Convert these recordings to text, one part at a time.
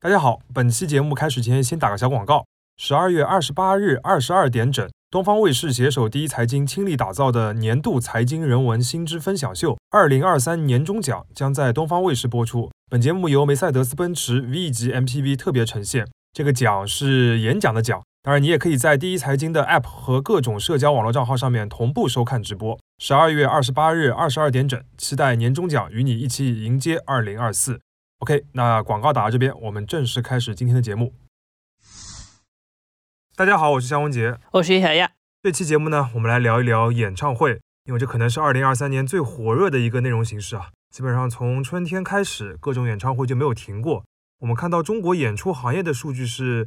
大家好，本期节目开始前先打个小广告。12月28日22点整，东方卫视携手第一财经倾力打造的年度财经人文新知分享秀2023年终奖将在东方卫视播出。本节目由梅赛德斯奔驰 V 级 MPV 特别呈现，这个奖是演讲的奖。当然，你也可以在第一财经的 App 和各种社交网络账号上面同步收看直播。12月28日22点整，期待年终奖与你一起迎接2024。OK， 那广告打到这边，我们正式开始今天的节目。大家好，我是向文杰， 我是叶小亚。 这期节目呢，我们来聊一聊演唱会，因为这可能是2023年最火热的一个内容形式啊。基本上从春天开始，各种演唱会就没有停过。我们看到中国演出行业的数据是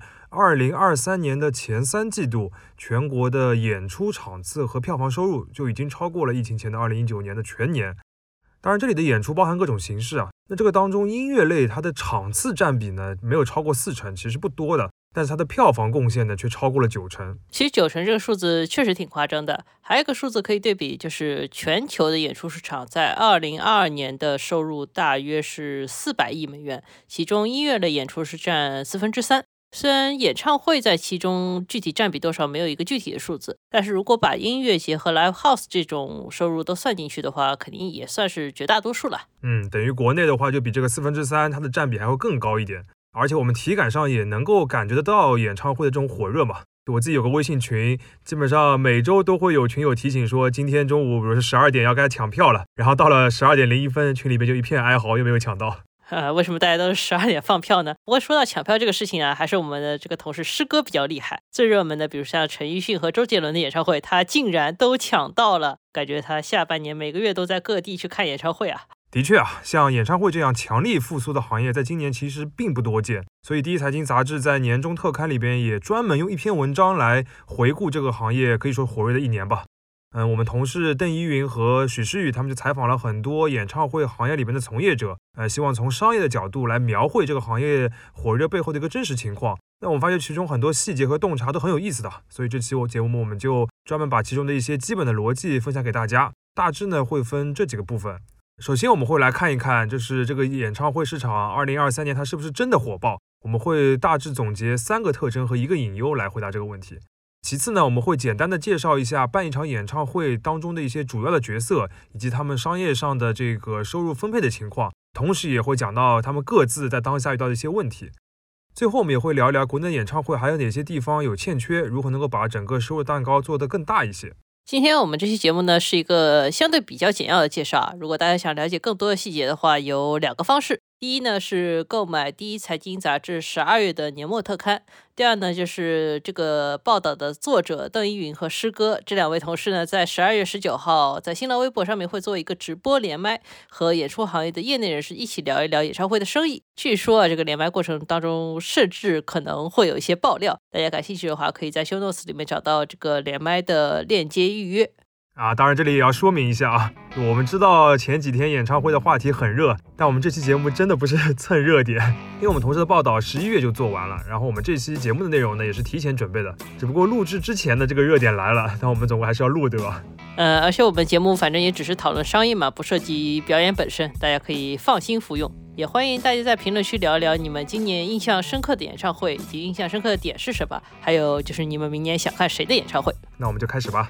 2023年的前3季度，全国的演出场次和票房收入就已经超过了疫情前的2019年的全年。当然，这里的演出包含各种形式啊。那这个当中，音乐类它的场次占比呢，没有超过40%，其实不多的。但是它的票房贡献呢，却超过了90%。 其实90%这个数字确实挺夸张的。还有一个数字可以对比，就是全球的演出市场在2022年的收入大约是400亿美元，其中音乐类演出是占3%。虽然演唱会在其中具体占比多少没有一个具体的数字，但是如果把音乐节和 Live House 这种收入都算进去的话，肯定也算是绝大多数了。 等于国内的话就比这个3%它的占比还会更高一点。而且我们体感上也能够感觉得到演唱会的这种火热嘛。我自己有个微信群，基本上每周都会有群友提醒说，今天中午比如说12点要该抢票了，然后到了12点01分，群里面就一片哀嚎，又没有抢到。 为什么大家都是12点放票呢？不过说到抢票这个事情啊，还是我们的这个同事师哥比较厉害。最热门的，比如像陈奕迅和周杰伦的演唱会，他竟然都抢到了，感觉他下半年每个月都在各地去看演唱会啊。 的确啊，像演唱会这样强力复苏的行业，在今年其实并不多见。所以第一财经杂志在年终特刊里边也专门用一篇文章来回顾这个行业可以说火热的一年吧。我们同事邓依云和许诗雨他们就采访了很多演唱会行业里面的从业者，希望从商业的角度来描绘这个行业火热背后的一个真实情况。那我们发现其中很多细节和洞察都很有意思的，所以这期节目我们就专门把其中的一些基本的逻辑分享给大家。大致呢会分这几个部分。首先我们会来看一看，就是这个演唱会市场2023年它是不是真的火爆。我们会大致总结3个特征和1个隐忧来回答这个问题。其次呢，我们会简单的介绍一下办一场演唱会当中的一些主要的角色，以及他们商业上的这个收入分配的情况，同时也会讲到他们各自在当下遇到的一些问题。最后我们也会聊一聊国内演唱会还有哪些地方有欠缺，如何能够把整个收入蛋糕做得更大一些。 今天我们这期节目呢是一个相对比较简要的介绍啊，如果大家想了解更多的细节的话，有2个方式。第一呢是购买第一财经杂志12月的年末特刊，第二呢就是这个报道的作者邓依云和师哥这2位同事呢，在12月19号在新浪微博上面会做一个直播连麦，和演出行业的业内人士一起聊一聊演唱会的生意。据说啊，这个连麦过程当中甚至可能会有一些爆料，大家感兴趣的话可以在 show notes 里面找到这个连麦的链接预约。 当然这里也要说明一下啊，我们知道前几天演唱会的话题很热，但我们这期节目真的不是蹭热点，因为我们同事的报道11月就做完了，然后我们这期节目的内容呢也是提前准备的，只不过录制之前的这个热点来了，但我们总归还是要录，对吧？ 而且我们节目反正也只是讨论商业嘛，不涉及表演本身，大家可以放心服用。也欢迎大家在评论区聊一聊你们今年印象深刻的演唱会，以及印象深刻的点是什么，还有就是你们明年想看谁的演唱会。 那我们就开始吧。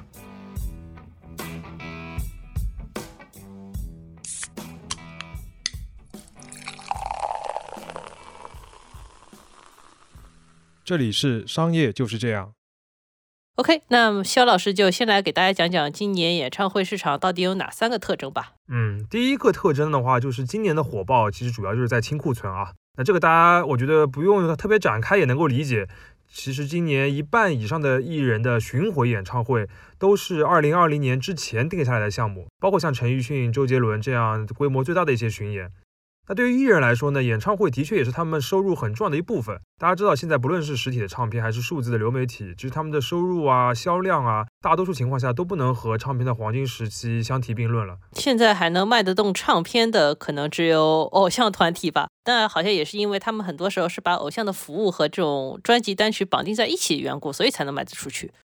这里是商业就是这样。 OK， 那肖老师就先来给大家讲讲今年演唱会市场到底有哪3个特征吧。 第一个特征的话，就是今年的火爆其实主要就是在清库存啊。那这个大家我觉得不用特别展开也能够理解。其实今年1半以上的艺人的巡回演唱会都是2020年之前定下来的项目，包括像陈奕迅、周杰伦这样规模最大的一些巡演。那对于艺人来说呢，演唱会的确也是他们收入很重要的一部分。大家知道现在不论是实体的唱片还是数字的流媒体，其实他们的收入啊、销量啊，大多数情况下都不能和唱片的黄金时期相提并论了。 现在还能卖得动唱片的可能只有偶像团体吧，但好像也是因为他们很多时候是把偶像的服务和这种专辑单曲绑定在一起的缘故，所以才能卖得出去。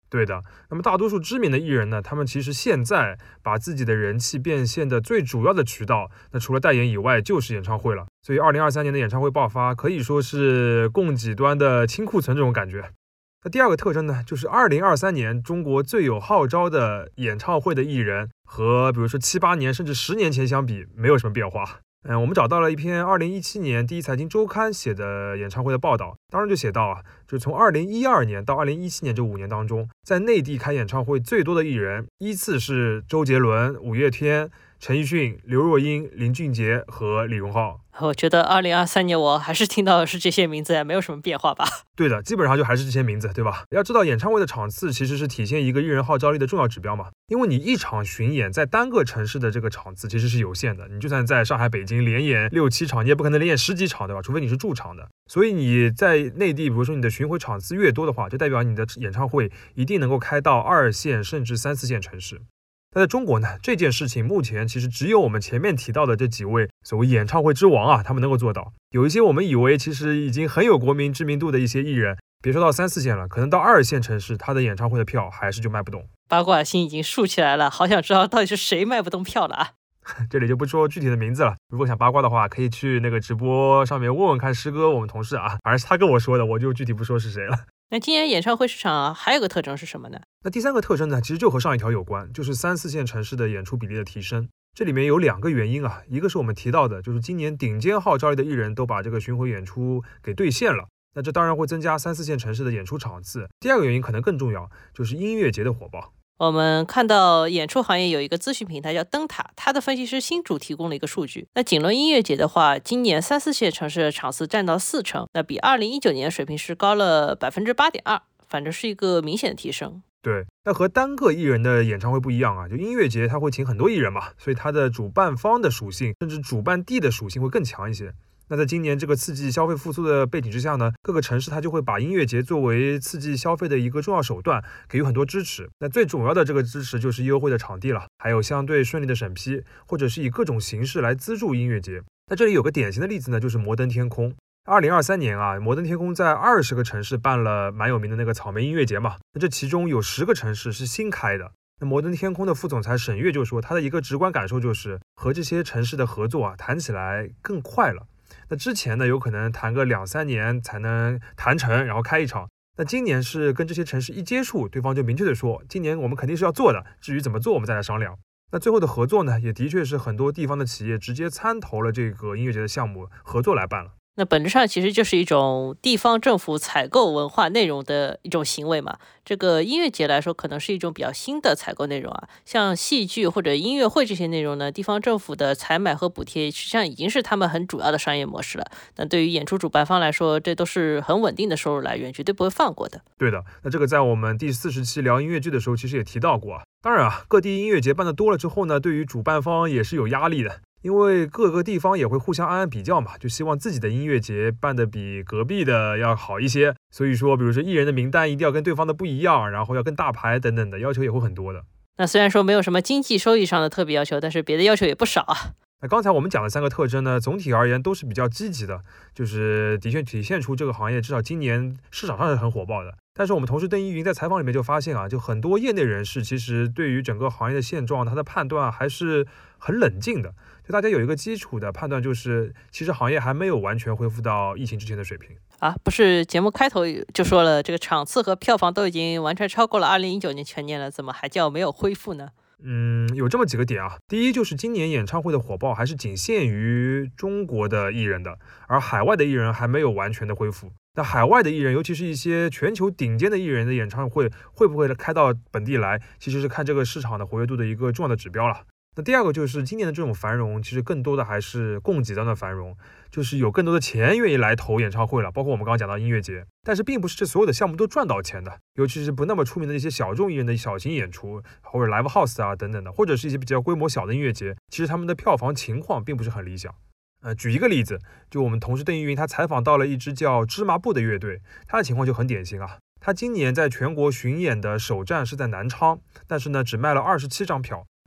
对的，那么大多数知名的艺人呢，他们其实现在把自己的人气变现的最主要的渠道，那除了代言以外，就是演唱会了。所以2023年的演唱会爆发，可以说是供给端的清库存这种感觉。那第二个特征呢，就是2023年中国最有号召的演唱会的艺人，和比如说7、8年甚至10年前相比，没有什么变化。我们找到了一篇2017年第一财经周刊写的演唱会的报道，当然就写到啊，就是从2012年到2017年这5年当中，在内地开演唱会最多的艺人，依次是周杰伦、五月天、陈奕迅、刘若英、林俊杰和李荣浩。 我觉得2023年我还是听到的是这些名字，没有什么变化吧。 对的，基本上就还是这些名字，对吧？要知道演唱会的场次其实是体现一个艺人号召力的重要指标嘛，因为你一场巡演在单个城市的这个场次其实是有限的，你就算在上海、北京连演6、7场，你也不可能连演10几场，对吧？除非你是驻场的。所以你在内地，比如说你的巡回场次越多的话，就代表你的演唱会一定能够开到2线甚至3、4线城市。那在中国呢，这件事情目前其实只有我们前面提到的这几位所谓演唱会之王啊，他们能够做到。有一些我们以为其实已经很有国民知名度的一些艺人，别说到3、4线了，可能到2线城市，他的演唱会的票还是就卖不动。 八卦心已经竖起来了，好想知道到底是谁卖不动票了啊！ 这里就不说具体的名字了，如果想八卦的话，可以去那个直播上面问问看师哥我们同事啊，反正是他跟我说的，我就具体不说是谁了。 那今年演唱会市场还有个特征是什么呢？ 那第3个特征呢，其实就和上一条有关，就是3、4线城市的演出比例的提升。这里面有2个原因啊，一个是我们提到的，就是今年顶尖号召力的艺人都把这个巡回演出给兑现了，那这当然会增加3、4线城市的演出场次。第二个原因可能更重要，就是音乐节的火爆。 我们看到演出行业有一个咨询平台叫灯塔，它的分析师新主提供了一个数据。那仅论音乐节的话，今年3、4线城市的场次占到4成，那比2019年的水平是高了8.2%，反正是一个明显的提升。 对，那和单个艺人的演唱会不一样啊，就音乐节它会请很多艺人嘛，所以它的主办方的属性，甚至主办地的属性会更强一些。那在今年这个刺激消费复苏的背景之下呢，各个城市它就会把音乐节作为刺激消费的一个重要手段，给予很多支持。那最主要的这个支持就是优惠的场地了，还有相对顺利的审批，或者是以各种形式来资助音乐节。那这里有个典型的例子呢，就是摩登天空。2023年啊，摩登天空在20个城市办了蛮有名的那个草莓音乐节嘛，那这其中有10个城市是新开的。那摩登天空的副总裁沈月就说，他的一个直观感受就是和这些城市的合作啊，谈起来更快了。那之前呢，有可能谈个2、3年才能谈成，然后开一场。那今年是跟这些城市一接触，对方就明确的说，今年我们肯定是要做的，至于怎么做，我们再来商量。那最后的合作呢，也的确是很多地方的企业直接参投了这个音乐节的项目，合作来办了。 那本质上其实就是一种地方政府采购文化内容的一种行为嘛。这个音乐节来说，可能是一种比较新的采购内容啊，像戏剧或者音乐会这些内容呢，地方政府的采买和补贴实际上已经是他们很主要的商业模式了。那对于演出主办方来说，这都是很稳定的收入来源，绝对不会放过的。 对的，那这个在我们第40期聊音乐剧的时候，其实也提到过啊。当然啊，各地音乐节办得多了之后呢，对于主办方也是有压力的。因为各个地方也会互相暗比较嘛，就希望自己的音乐节办得比隔壁的要好一些。所以说，比如说艺人的名单一定要跟对方的不一样，然后要更大牌等等的要求也会很多的。 那虽然说没有什么经济收益上的特别要求，但是别的要求也不少啊。 那刚才我们讲的3个特征呢，总体而言都是比较积极的，就是的确体现出这个行业至少今年市场上是很火爆的。但是我们同事邓一云在采访里面就发现啊，就很多业内人士其实对于整个行业的现状，他的判断还是很冷静的。就大家有一个基础的判断，就是其实行业还没有完全恢复到疫情之前的水平啊。不是节目开头就说了，这个场次和票房都已经完全超过了2019年全年了，怎么还叫没有恢复呢？ 有这么几个点啊。第一就是今年演唱会的火爆还是仅限于中国的艺人的，而海外的艺人还没有完全的恢复。那海外的艺人，尤其是一些全球顶尖的艺人的演唱会，会不会开到本地来，其实是看这个市场的活跃度的一个重要的指标了。那第二个就是今年的这种繁荣，其实更多的还是供给端的繁荣，就是有更多的钱愿意来投演唱会了，包括我们刚刚讲到音乐节。但是并不是这所有的项目都赚到钱的，尤其是不那么出名的一些小众艺人的小型演出，或者 live house 啊等等的，或者是一些比较规模小的音乐节，其实他们的票房情况并不是很理想。举一个例子，就我们同事邓一云，他采访到了一支叫芝麻布的乐队，他的情况就很典型啊。他今年在全国巡演的首站是在南昌，但是呢只卖了27张票。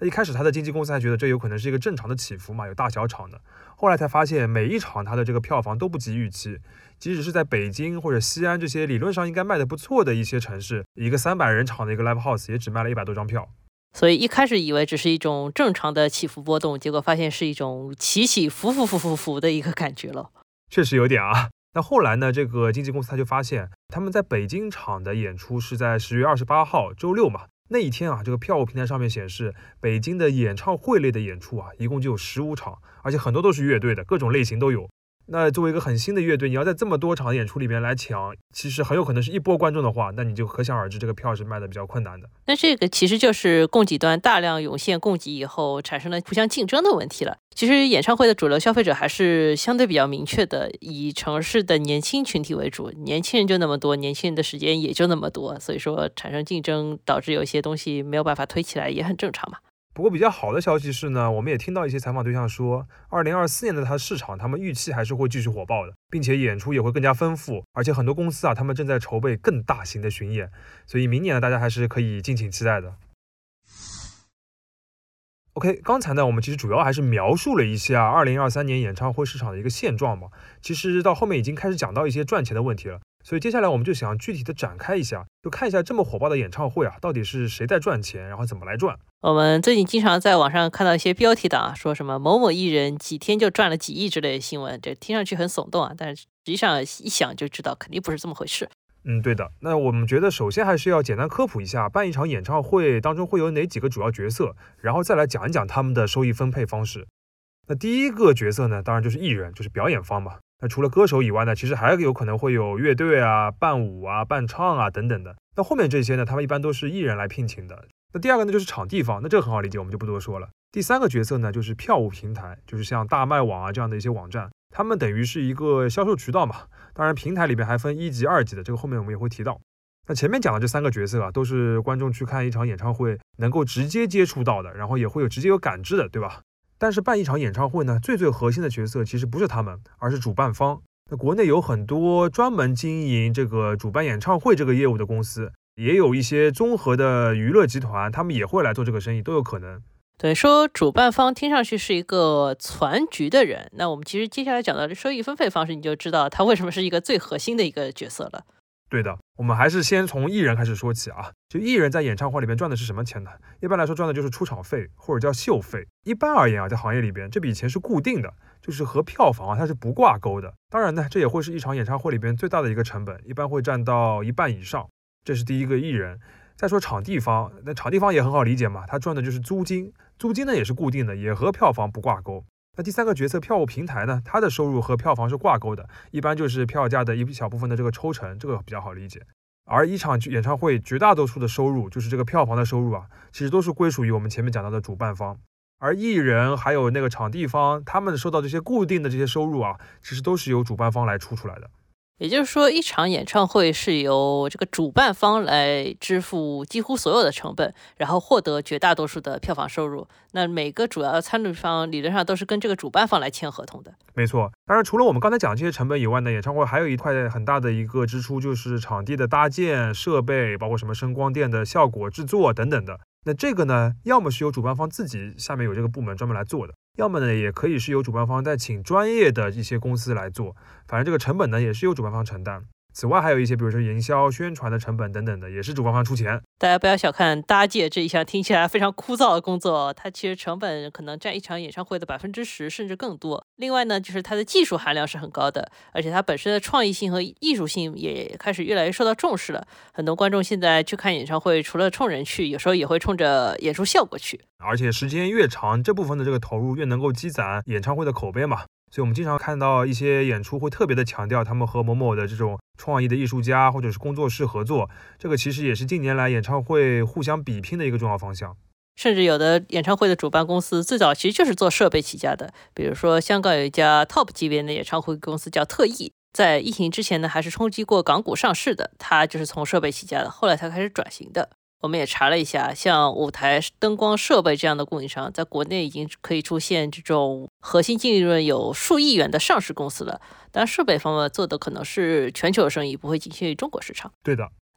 那一开始他的经纪公司还觉得这有可能是一个正常的起伏嘛，有大小场的。后来才发现每一场他的这个票房都不及预期，即使是在北京或者西安这些理论上应该卖得不错的一些城市，一个300人场的一个 live house 也只卖了100多张票。 所以一开始以为只是一种正常的起伏波动，结果发现是一种起起伏伏伏伏伏的一个感觉了。 确实有点啊。那后来呢，这个经纪公司他就发现，他们在北京场的演出是在10月28号周六嘛，那一天啊，这个票务平台上面显示，北京的演唱会类的演出啊，一共就有15场，而且很多都是乐队的，各种类型都有。那作为一个很新的乐队，你要在这么多场演出里面来抢，其实很有可能是一波观众的话，那你就可想而知这个票是卖的比较困难的。 那这个其实就是供给端大量涌现供给以后产生了互相竞争的问题了。其实演唱会的主流消费者还是相对比较明确的，以城市的年轻群体为主，年轻人就那么多，年轻人的时间也就那么多，所以说产生竞争导致有一些东西没有办法推起来也很正常嘛。 不过比较好的消息是呢，我们也听到一些采访对象说，2024年的它市场他们预期还是会继续火爆的，并且演出也会更加丰富，而且很多公司啊，他们正在筹备更大型的巡演，所以明年呢，大家还是可以敬请期待的。OK， 刚才呢，我们其实主要还是描述了一下2023年演唱会市场的一个现状嘛，其实到后面已经开始讲到一些赚钱的问题了。所以接下来我们就想具体的展开一下，就看一下这么火爆的演唱会啊，到底是谁在赚钱，然后怎么来赚。 我们最近经常在网上看到一些标题党说什么某某艺人几天就赚了几亿之类的新闻，这听上去很耸动啊，但是实际上一想就知道肯定不是这么回事。 对的。那我们觉得首先还是要简单科普一下，办一场演唱会当中会有哪几个主要角色，然后再来讲一讲他们的收益分配方式。那第一个角色呢，当然就是艺人，就是表演方嘛。那除了歌手以外呢，其实还有可能会有乐队啊、伴舞啊、伴唱啊等等的。那后面这些呢，他们一般都是艺人来聘请的。那第二个呢，就是场地方，那这个很好理解，我们就不多说了。第三个角色呢，就是票务平台，就是像大麦网啊这样的一些网站，他们等于是一个销售渠道嘛。当然，平台里边还分1级、2级的，这个后面我们也会提到。那前面讲的这3个角色啊，都是观众去看一场演唱会能够直接接触到的，然后也会直接有感知的，对吧？但是办一场演唱会呢，最核心的角色其实不是他们，而是主办方。那国内有很多专门经营这个主办演唱会这个业务的公司，也有一些综合的娱乐集团，他们也会来做这个生意，都有可能。 对，说主办方听上去是一个攒局的人，那我们其实接下来讲到的收益分配方式，你就知道他为什么是一个最核心的一个角色了。 对的，我们还是先从艺人开始说起啊。就艺人在演唱会里面赚的是什么钱呢？一般来说赚的就是出场费或者叫秀费。一般而言啊，在行业里边这笔钱是固定的，就是和票房啊它是不挂钩的。当然呢，这也会是一场演唱会里边最大的一个成本，一般会占到1半以上。这是第一个艺人。再说场地方，那场地方也很好理解嘛，他赚的就是租金，租金呢也是固定的，也和票房不挂钩。那第三个角色票务平台呢，它的收入和票房是挂钩的，一般就是票价的一小部分的这个抽成，这个比较好理解。而一场演唱会绝大多数的收入，就是这个票房的收入啊，其实都是归属于我们前面讲到的主办方。而艺人还有那个场地方，他们收到这些固定的这些收入啊，其实都是由主办方来出来的。 也就是说，一场演唱会是由这个主办方来支付几乎所有的成本，然后获得绝大多数的票房收入。那每个主要的参与方理论上都是跟这个主办方来签合同的。 没错，当然除了我们刚才讲这些成本以外呢，演唱会还有一块很大的一个支出，就是场地的搭建、设备，包括什么声光电的效果制作等等的。那这个呢，要么是由主办方自己下面有这个部门专门来做的，要么呢也可以是由主办方再请专业的一些公司来做，反正这个成本呢也是由主办方承担。此外还有一些比如说营销宣传的成本等等的，也是主办方出钱。 大家不要小看搭建这一项听起来非常枯燥的工作，它其实成本可能占一场演唱会的10%甚至更多。另外呢，就是它的技术含量是很高的，而且它本身的创意性和艺术性也开始越来越受到重视了。很多观众现在去看演唱会，除了冲人去，有时候也会冲着演出效果去。 而且时间越长，这部分的这个投入越能够积攒演唱会的口碑嘛。所以我们经常看到一些演出会特别的强调他们和某某的这种创意的艺术家或者是工作室合作，这个其实也是近年来演唱会互相比拼的一个重要方向。 甚至有的演唱会的主办公司最早其实就是做设备起家的，比如说香港有一家 top 级别的演唱会公司叫特艺，在疫情之前呢还是冲击过港股上市的，它就是从设备起家的，后来才开始转型的。我们也查了一下，像舞台、灯光设备这样的供应商，在国内已经可以出现这种核心净利润有数亿元的上市公司了。当然，设备方面做的可能是全球生意，不会仅限于中国市场。 对的。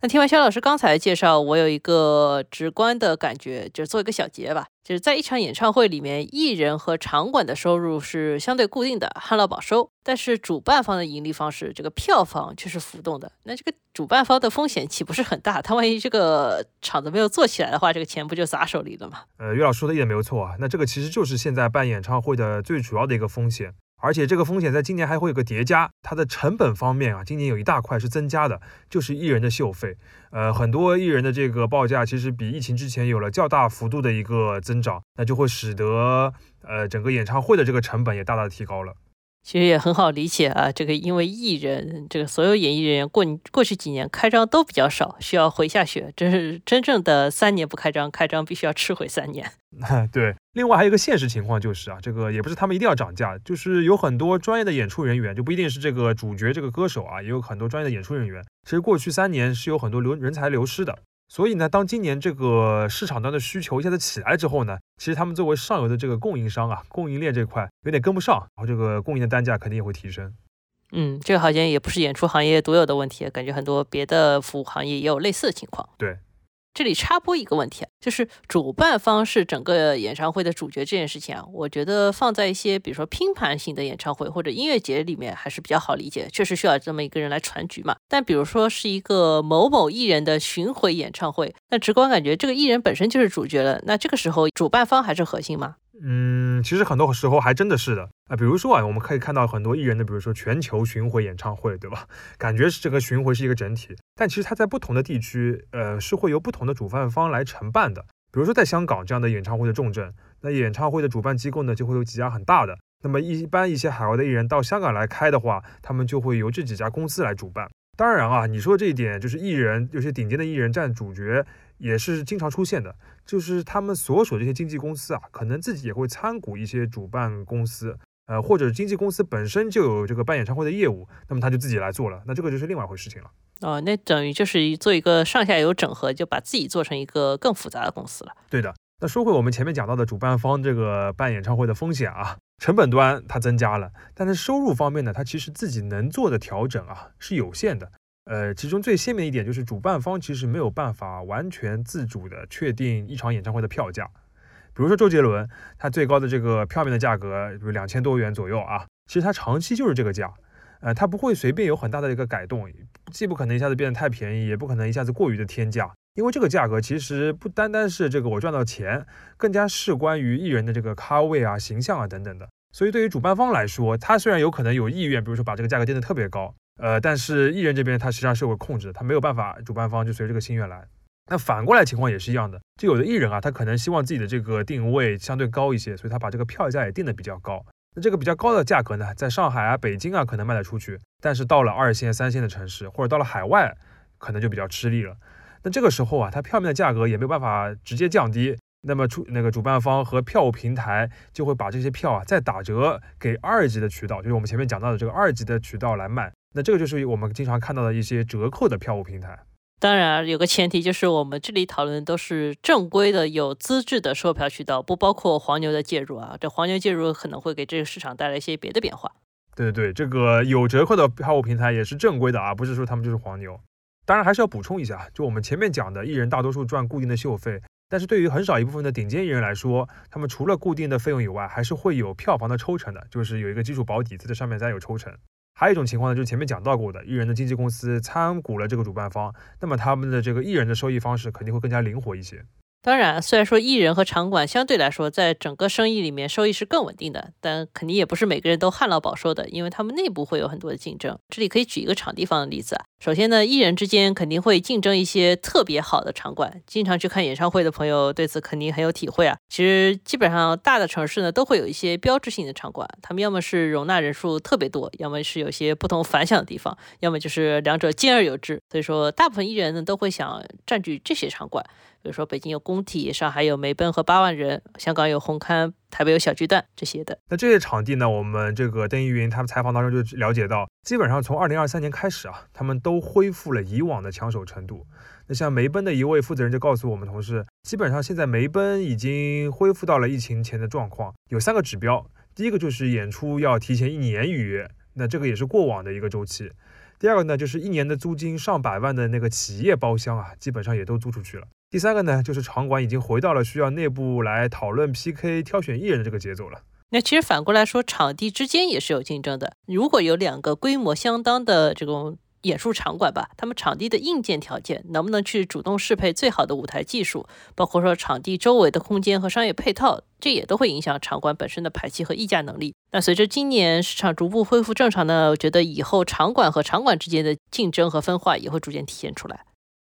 那听完肖老师刚才的介绍，我有一个直观的感觉，就是做一个小结吧，就是在一场演唱会里面，艺人和场馆的收入是相对固定的，旱涝保收，但是主办方的盈利方式，这个票房却是浮动的。那这个主办方的风险岂不是很大？他万一这个场子没有做起来的话，这个钱不就砸手里了吗？ 岳老师说的一点没有错啊，那这个其实就是现在办演唱会的最主要的一个风险。而且这个风险在今年还会有个叠加，它的成本方面啊，今年有一大块是增加的，就是艺人的秀费。很多艺人的这个报价其实比疫情之前有了较大幅度的一个增长，那就会使得整个演唱会的这个成本也大大的提高了。 其实也很好理解啊，这个因为艺人，这个所有演艺人员过去几年开张都比较少，需要回下血，这是真正的3年不开张，开张必须要吃回3年。 对，另外还有一个现实情况就是啊，这个也不是他们一定要涨价，就是有很多专业的演出人员，就不一定是这个主角这个歌手啊，也有很多专业的演出人员。其实过去3年是有很多人才流失的。所以呢，当今年这个市场端的需求一下子起来之后呢，其实他们作为上游的这个供应商啊，供应链这块有点跟不上，然后这个供应的单价肯定也会提升。 这个好像也不是演出行业独有的问题，感觉很多别的服务行业也有类似的情况。 对。 这里插播一个问题啊，就是主办方是整个演唱会的主角这件事情啊，我觉得放在一些比如说拼盘型的演唱会或者音乐节里面还是比较好理解，确实需要这么一个人来传局嘛。但比如说是一个某某艺人的巡回演唱会，那直观感觉这个艺人本身就是主角了，那这个时候主办方还是核心吗？ 其实很多时候还真的是的啊，比如说啊，我们可以看到很多艺人的，比如说全球巡回演唱会，对吧？感觉是这个巡回是一个整体，但其实它在不同的地区，是会由不同的主办方来承办的。比如说在香港这样的演唱会的重镇，那演唱会的主办机构呢，就会有几家很大的。那么一般一些海外的艺人到香港来开的话，他们就会由这几家公司来主办。当然啊，你说这一点就是艺人，有些顶尖的艺人占主角也是经常出现的，就是他们所属这些经纪公司啊，可能自己也会参股一些主办公司，或者经纪公司本身就有这个办演唱会的业务，那么他就自己来做了，那这个就是另外一回事情了。 那等于就是做一个上下游整合，就把自己做成一个更复杂的公司了。 对的。那说回我们前面讲到的主办方这个办演唱会的风险啊，成本端它增加了，但是收入方面呢，它其实自己能做的调整啊是有限的。其中最鲜明一点就是主办方其实没有办法完全自主的确定一场演唱会的票价。比如说周杰伦，他最高的这个票面的价格比如2000多元左右啊，其实他长期就是这个价，他不会随便有很大的一个改动，既不可能一下子变得太便宜，也不可能一下子过于的天价。因为这个价格其实不单单是这个我赚到钱，更加是关于艺人的这个咖位啊、形象啊等等的。所以对于主办方来说，他虽然有可能有意愿，比如说把这个价格定得特别高，但是艺人这边他实际上是有个控制的，他没有办法，主办方就随这个心愿来。那反过来情况也是一样的，就有的艺人啊，他可能希望自己的这个定位相对高一些，所以他把这个票价也定得比较高。那这个比较高的价格呢，在上海啊、北京啊可能卖得出去，但是到了2线、3线的城市，或者到了海外，可能就比较吃力了。那这个时候啊，它票面的价格也没有办法直接降低，那么主办方和票务平台就会把这些票啊再打折给2级的渠道，就是我们前面讲到的这个2级的渠道来卖。那这个就是我们经常看到的一些折扣的票务平台。 当然有个前提，就是我们这里讨论都是正规的有资质的售票渠道，不包括黄牛的介入啊。这黄牛介入可能会给这个市场带来一些别的变化。 对，这个有折扣的票务平台也是正规的啊，不是说他们就是黄牛。当然还是要补充一下，就我们前面讲的艺人大多数赚固定的秀费，但是对于很少一部分的顶尖艺人来说，他们除了固定的费用以外，还是会有票房的抽成的，就是有一个基础保底，在这上面再有抽成。还有一种情况呢，就是前面讲到过的，艺人的经纪公司参股了这个主办方，那么他们的这个艺人的收益方式肯定会更加灵活一些。 当然，虽然说艺人和场馆相对来说在整个生意里面收益是更稳定的，但肯定也不是每个人都旱涝保收的，因为他们内部会有很多的竞争。这里可以举一个场地方的例子啊。首先呢，艺人之间肯定会竞争一些特别好的场馆，经常去看演唱会的朋友对此肯定很有体会啊。其实基本上大的城市呢都会有一些标志性的场馆，他们要么是容纳人数特别多，要么是有些不同凡响的地方，要么就是两者兼而有之。所以说大部分艺人呢都会想占据这些场馆。比如说北京有工体，上海有梅奔和8万人，香港有红磡，台北有小巨蛋这些的。 那这些场地呢，我们这个邓一云他们采访当中就了解到，基本上从2023年开始啊，他们都恢复了以往的抢手程度。那像梅奔的一位负责人就告诉我们同事，基本上现在梅奔已经恢复到了疫情前的状况，有3个指标。第一个就是演出要提前1年预约，那这个也是过往的一个周期。 第二个呢，就是1年的租金上百万的那个企业包厢啊，基本上也都租出去了。第三个呢，就是场馆已经回到了需要内部来讨论 PK 挑选艺人的这个节奏了。 那其实反过来说，场地之间也是有竞争的。如果有2个规模相当的这种演出场馆吧，他们场地的硬件条件能不能去主动适配最好的舞台技术，包括说场地周围的空间和商业配套，这也都会影响场馆本身的排期和议价能力。那随着今年市场逐步恢复正常呢，我觉得以后场馆和场馆之间的竞争和分化也会逐渐体现出来。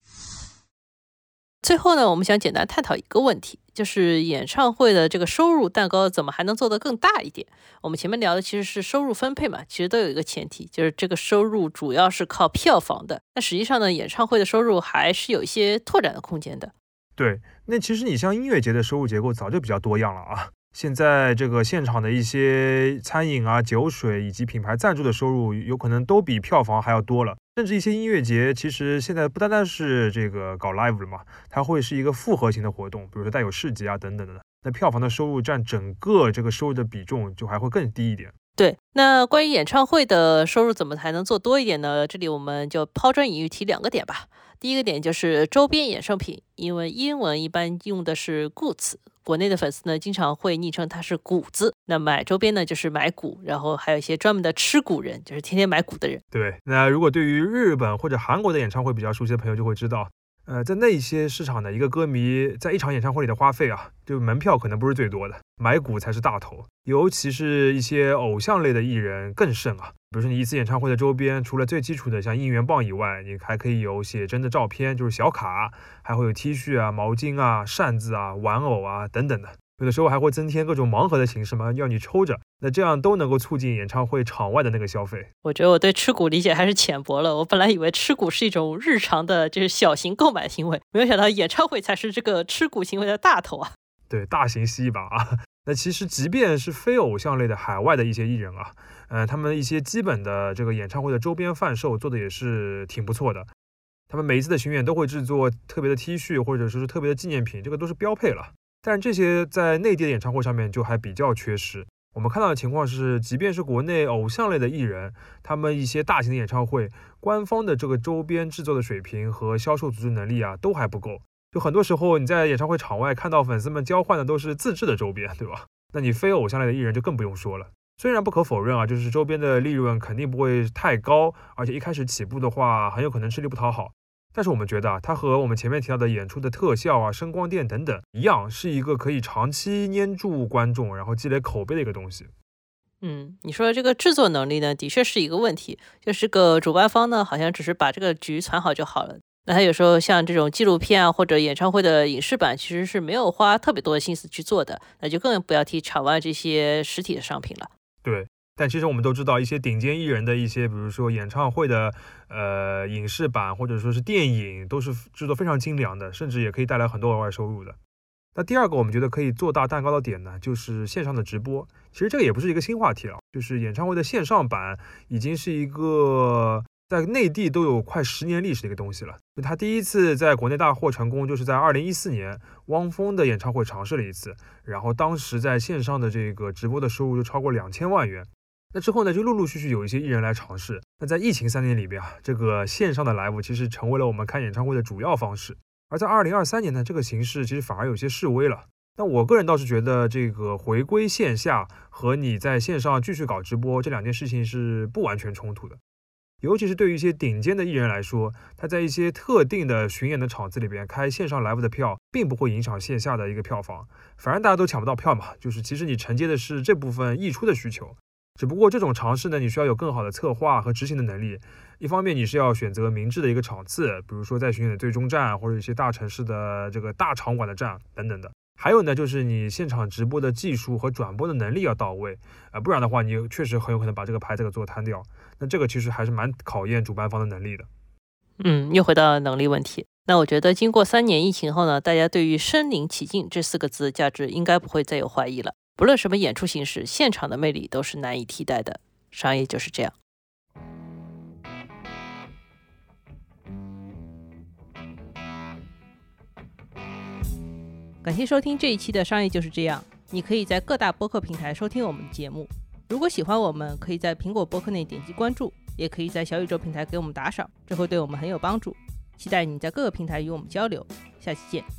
最后呢，我们想简单探讨一个问题，就是演唱会的这个收入蛋糕怎么还能做得更大一点。我们前面聊的其实是收入分配嘛，其实都有一个前提，就是这个收入主要是靠票房的。那实际上呢，演唱会的收入还是有一些拓展的空间的。 对，那其实你像音乐节的收入结构早就比较多样了啊。现在这个现场的一些餐饮啊、酒水以及品牌赞助的收入，有可能都比票房还要多了。甚至一些音乐节，其实现在不单单是这个搞 live 了嘛，它会是一个复合型的活动，比如说带有市集啊等等的。那票房的收入占整个这个收入的比重就还会更低一点。 对，那关于演唱会的收入怎么才能做多一点呢？这里我们就抛砖引玉提2个点吧。第一个点就是周边衍生品，因为英文一般用的是 goods， 国内的粉丝呢经常会昵称它是谷子。那买周边呢就是买股，然后还有一些专门的吃股人，就是天天买股的人。 对，那如果对于日本或者韩国的演唱会比较熟悉的朋友就会知道，在那一些市场的一个歌迷在一场演唱会里的花费啊，就门票可能不是最多的，买股才是大头。尤其是一些偶像类的艺人更甚啊，比如说你一次演唱会的周边，除了最基础的像应援棒以外，你还可以有写真的照片，就是小卡，还会有 T 恤啊、毛巾啊、扇子啊、玩偶啊等等的。有的时候还会增添各种盲盒的形式嘛，要你抽着，那这样都能够促进演唱会场外的那个消费。 我觉得我对吃股理解还是浅薄了，我本来以为吃股是一种日常的就是小型购买行为，没有想到演唱会才是这个吃股行为的大头啊。 对，大型吸一把啊。那其实即便是非偶像类的海外的一些艺人啊，他们一些基本的这个演唱会的周边贩售做的也是挺不错的。他们每一次的巡演都会制作特别的 T 恤或者说是特别的纪念品，这个都是标配了。但是这些在内地的演唱会上面就还比较缺失。我们看到的情况是，即便是国内偶像类的艺人，他们一些大型的演唱会，官方的这个周边制作的水平和销售组织能力啊，都还不够。就很多时候你在演唱会场外看到粉丝们交换的都是自制的周边，对吧？那你非偶像类的艺人就更不用说了。虽然不可否认啊，就是周边的利润肯定不会太高，而且一开始起步的话，很有可能吃力不讨好。但是我们觉得啊，它和我们前面提到的演出的特效啊、声光电等等一样，是一个可以长期黏住观众，然后积累口碑的一个东西。 你说的这个制作能力呢，的确是一个问题。就是个主办方呢，好像只是把这个局传好就好了。那他有时候像这种纪录片啊，或者演唱会的影视版，其实是没有花特别多的心思去做的，那就更不要提场外这些实体的商品了。 对。但其实我们都知道，一些顶尖艺人的一些，比如说演唱会的影视版或者说是电影，都是制作非常精良的，甚至也可以带来很多额外收入的。那第二个我们觉得可以做大蛋糕的点呢，就是线上的直播。其实这个也不是一个新话题了，就是演唱会的线上版已经是一个在内地都有快10年历史的一个东西了。他第一次在国内大获成功，就是在2014年汪峰的演唱会尝试了一次，然后当时在线上的这个直播的收入就超过2000万元。那之后呢，就陆陆续续有一些艺人来尝试。那在疫情3年里边啊，这个线上的 live 其实成为了我们看演唱会的主要方式。而在2023年呢，这个形势其实反而有些式微了。但我个人倒是觉得，这个回归线下和你在线上继续搞直播这2件事情是不完全冲突的。尤其是对于一些顶尖的艺人来说，他在一些特定的巡演的场次里边开线上 live 的票，并不会影响线下的一个票房。反正大家都抢不到票嘛，就是其实你承接的是这部分溢出的需求。只不过这种尝试呢，你需要有更好的策划和执行的能力。一方面你是要选择明智的一个场次，比如说在巡演的最终站，或者一些大城市的这个大场馆的站等等的。还有呢，就是你现场直播的技术和转播的能力要到位，不然的话，你确实很有可能把这个牌子给做瘫掉。那这个其实还是蛮考验主办方的能力的。 又回到能力问题。那我觉得经过3年疫情后呢，大家对于身临其境这4个字价值应该不会再有怀疑了。不论什么演出形式，现场的魅力都是难以替代的。商业就是这样。感谢收听这一期的商业就是这样。你可以在各大播客平台收听我们的节目。如果喜欢我们，可以在苹果播客内点击关注， 也可以在小宇宙平台给我们打赏，这会对我们很有帮助。期待你在各个平台与我们交流，下期见。